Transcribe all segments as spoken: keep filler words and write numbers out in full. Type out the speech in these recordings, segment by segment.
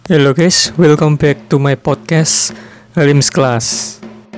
Hello guys, welcome back to my podcast Halim's Class.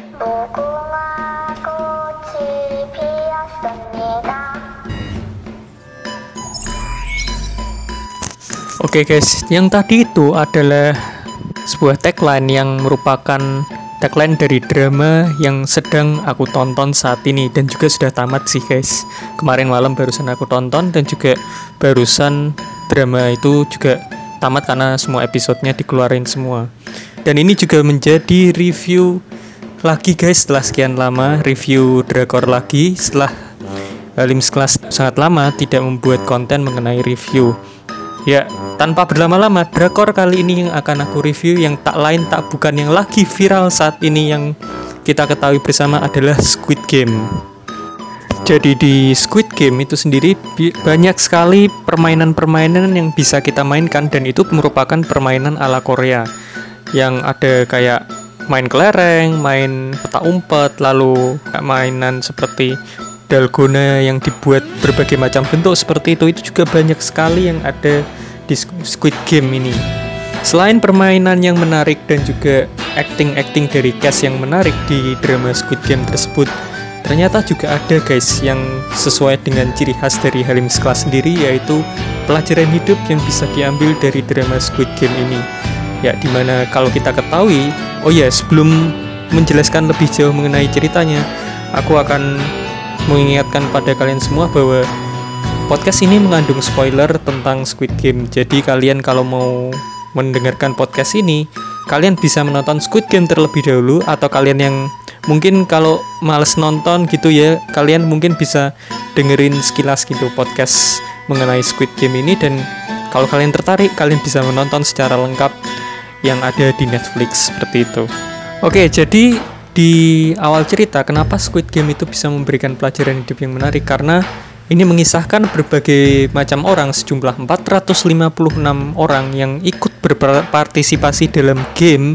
Oke okay guys, yang tadi itu adalah sebuah tagline yang merupakan tagline dari drama yang sedang aku tonton saat ini dan juga sudah tamat sih guys. Kemarin malam barusan aku tonton dan juga barusan drama itu juga tamat karena semua episodenya dikeluarin semua. Dan ini juga menjadi review lagi guys setelah sekian lama review drakor lagi setelah Halim's Class sangat lama tidak membuat konten mengenai review. Ya, tanpa berlama-lama, drakor kali ini yang akan aku review yang tak lain tak bukan yang lagi viral saat ini yang kita ketahui bersama adalah Squid Game. Jadi di Squid Game itu sendiri banyak sekali permainan-permainan yang bisa kita mainkan dan itu merupakan permainan ala Korea yang ada kayak main kelereng, main petak umpet, lalu mainan seperti dalgona yang dibuat berbagai macam bentuk seperti itu. Itu juga banyak sekali yang ada di Squid Game ini. Selain permainan yang menarik dan juga acting-acting dari cast yang menarik di drama Squid Game tersebut, ternyata juga ada guys yang sesuai dengan ciri khas dari Halim's Class sendiri, yaitu pelajaran hidup yang bisa diambil dari drama Squid Game ini. Ya, dimana kalau kita ketahui, oh ya sebelum menjelaskan lebih jauh mengenai ceritanya, aku akan mengingatkan pada kalian semua bahwa podcast ini mengandung spoiler tentang Squid Game. Jadi kalian kalau mau mendengarkan podcast ini, kalian bisa menonton Squid Game terlebih dahulu, atau kalian yang mungkin kalau males nonton gitu ya, kalian mungkin bisa dengerin sekilas gitu podcast mengenai Squid Game ini, dan kalau kalian tertarik, kalian bisa menonton secara lengkap yang ada di Netflix seperti itu. Oke, jadi di awal cerita kenapa Squid Game itu bisa memberikan pelajaran hidup yang menarik, karena ini mengisahkan berbagai macam orang, sejumlah empat ratus lima puluh enam orang yang ikut berpartisipasi dalam game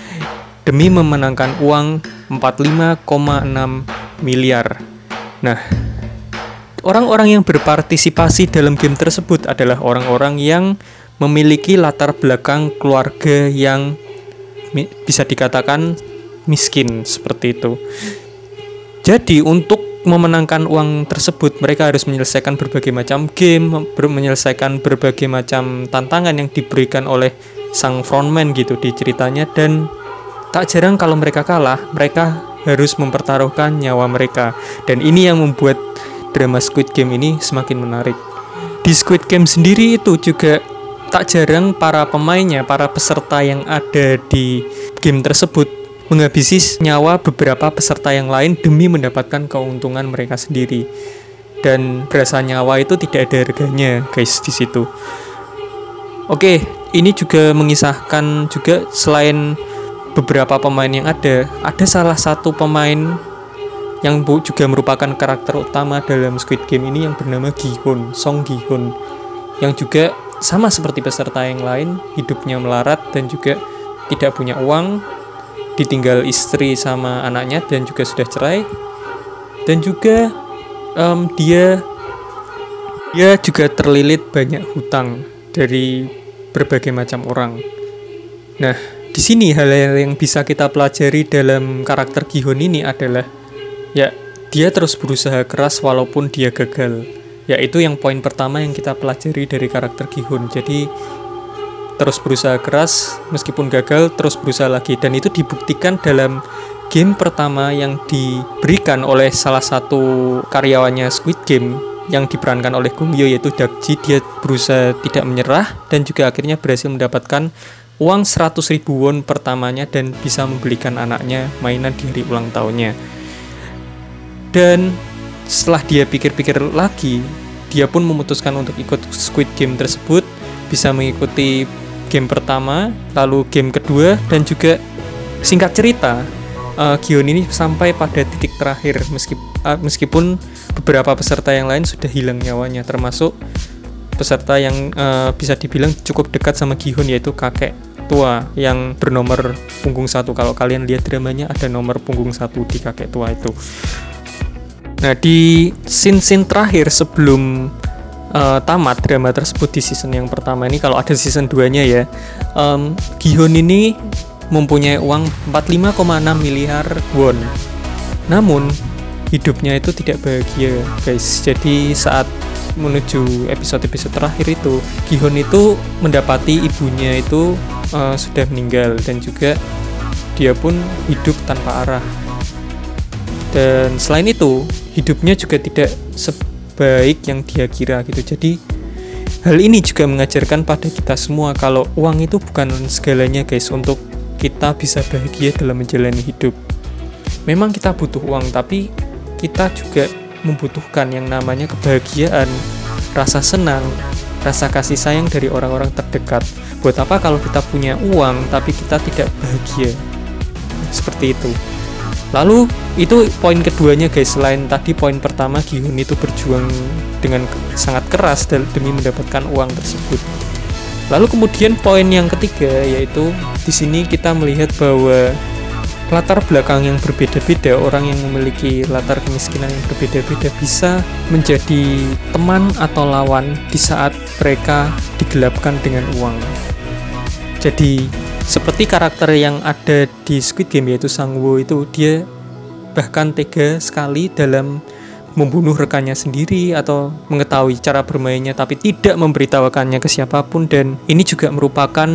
demi memenangkan uang empat puluh lima koma enam miliar. Nah, orang-orang yang berpartisipasi dalam game tersebut adalah orang-orang yang memiliki latar belakang keluarga yang mi- bisa dikatakan miskin seperti itu. Jadi untuk memenangkan uang tersebut, mereka harus menyelesaikan berbagai macam game, ber- menyelesaikan berbagai macam tantangan yang diberikan oleh sang frontman gitu di ceritanya, dan tak jarang kalau mereka kalah, mereka harus mempertaruhkan nyawa mereka. Dan ini yang membuat drama Squid Game ini semakin menarik. Di Squid Game sendiri itu juga tak jarang para pemainnya, para peserta yang ada di game tersebut menghabisi nyawa beberapa peserta yang lain demi mendapatkan keuntungan mereka sendiri. Dan berasa nyawa itu tidak ada harganya guys di situ. Oke, ini juga mengisahkan juga selain beberapa pemain yang ada, ada salah satu pemain yang juga merupakan karakter utama dalam Squid Game ini yang bernama Gi-hun, Song Gi-hun, yang juga sama seperti peserta yang lain, hidupnya melarat dan juga tidak punya uang, ditinggal istri sama anaknya dan juga sudah cerai, dan juga um, dia dia juga terlilit banyak hutang dari berbagai macam orang. Nah, di sini hal yang bisa kita pelajari dalam karakter Gi-hun ini adalah ya dia terus berusaha keras walaupun dia gagal. Ya, itu yang poin pertama yang kita pelajari dari karakter Gi-hun. Jadi terus berusaha keras meskipun gagal, terus berusaha lagi, dan itu dibuktikan dalam game pertama yang diberikan oleh salah satu karyawannya Squid Game yang diperankan oleh Gong Yoo, yaitu Dakji. Dia berusaha tidak menyerah dan juga akhirnya berhasil mendapatkan uang seratus ribu won pertamanya dan bisa membelikan anaknya mainan di hari ulang tahunnya. Dan setelah dia pikir-pikir lagi, dia pun memutuskan untuk ikut Squid Game tersebut, bisa mengikuti game pertama, lalu game kedua, dan juga singkat cerita uh, Gi-hun ini sampai pada titik terakhir meskipun, uh, meskipun beberapa peserta yang lain sudah hilang nyawanya, termasuk peserta yang uh, bisa dibilang cukup dekat sama Gi-hun, yaitu kakek tua yang bernomor punggung satu. Kalau kalian lihat dramanya, ada nomor punggung satu di kakek tua itu. Nah, di scene-scene terakhir sebelum uh, tamat drama tersebut di season yang pertama ini, kalau ada season dua-nya ya, um, Gi-hun ini mempunyai uang empat puluh lima koma enam miliar won. Namun hidupnya itu tidak bahagia, guys. Jadi saat menuju episode-episode terakhir itu, Gi-hun itu mendapati ibunya itu uh, sudah meninggal, dan juga dia pun hidup tanpa arah. Dan selain itu, hidupnya juga tidak sebaik yang dia kira gitu. Jadi hal ini juga mengajarkan pada kita semua kalau uang itu bukan segalanya, guys, untuk kita bisa bahagia dalam menjalani hidup. Memang kita butuh uang, tapi kita juga membutuhkan yang namanya kebahagiaan, rasa senang, rasa kasih sayang dari orang-orang terdekat. Buat apa kalau kita punya uang tapi kita tidak bahagia? Seperti itu. Lalu itu poin keduanya, guys. Selain tadi poin pertama, Gi-hun itu berjuang dengan sangat keras demi mendapatkan uang tersebut. Lalu kemudian poin yang ketiga, yaitu di sini kita melihat bahwa latar belakang yang berbeda-beda, orang yang memiliki latar kemiskinan yang berbeda-beda bisa menjadi teman atau lawan di saat mereka digelapkan dengan uang. Jadi seperti karakter yang ada di Squid Game, yaitu Sang-woo itu, dia bahkan tega sekali dalam membunuh rekannya sendiri atau mengetahui cara bermainnya tapi tidak memberitahukannya ke siapapun. Dan ini juga merupakan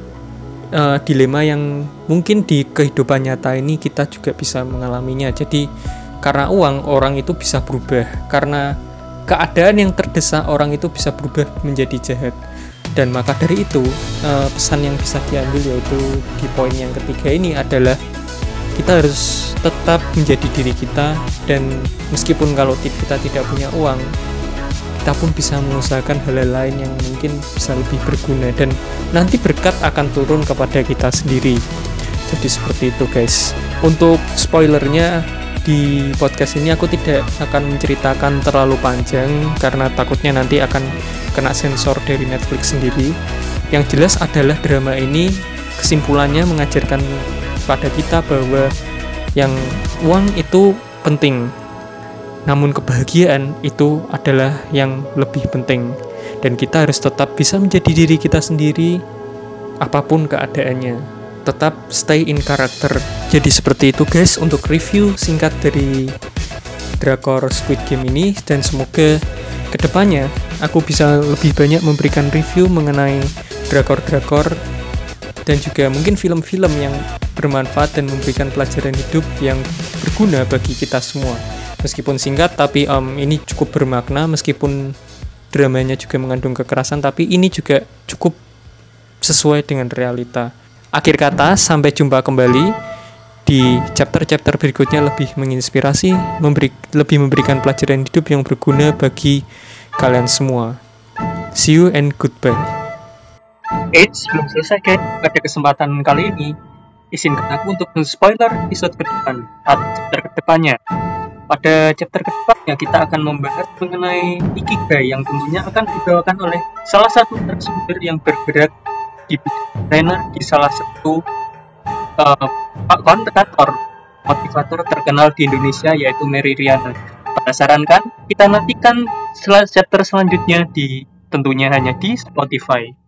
uh, dilema yang mungkin di kehidupan nyata ini kita juga bisa mengalaminya. Jadi karena uang, orang itu bisa berubah. Karena keadaan yang terdesak, orang itu bisa berubah menjadi jahat. Dan maka dari itu, uh, pesan yang bisa diambil yaitu di poin yang ketiga ini adalah kita harus tetap menjadi diri kita, dan meskipun kalau kita tidak punya uang, kita pun bisa mengusahakan hal-hal lain yang mungkin bisa lebih berguna, dan nanti berkat akan turun kepada kita sendiri. Jadi seperti itu, guys. Untuk spoilernya di podcast ini aku tidak akan menceritakan terlalu panjang karena takutnya nanti akan kena sensor dari Netflix sendiri. Yang jelas adalah drama ini kesimpulannya mengajarkan pada kita bahwa yang uang itu penting, namun kebahagiaan itu adalah yang lebih penting, dan kita harus tetap bisa menjadi diri kita sendiri apapun keadaannya, tetap stay in character. Jadi seperti itu, guys, untuk review singkat dari drakor Squid Game ini, dan semoga kedepannya aku bisa lebih banyak memberikan review mengenai drakor-drakor dan juga mungkin film-film yang bermanfaat dan memberikan pelajaran hidup yang berguna bagi kita semua. Meskipun singkat, tapi um, ini cukup bermakna. Meskipun dramanya juga mengandung kekerasan, tapi ini juga cukup sesuai dengan realita. Akhir kata, sampai jumpa kembali di chapter-chapter berikutnya, lebih menginspirasi, memberi, lebih memberikan pelajaran hidup yang berguna bagi kalian semua. See you and goodbye. Eits, belum selesai, guys. Pada kesempatan kali ini, izinkan aku untuk spoiler episode ke depan atau chapter ke depannya. Pada chapter ke depannya kita akan membahas mengenai Ikigai yang tentunya akan dibawakan oleh salah satu narasumber yang bergerak di bidang trainer di salah satu uh, kontentator motivator terkenal di Indonesia, yaitu Mary Riana. Penasaran kan? Kita nantikan chapter selanjutnya di tentunya hanya di Spotify.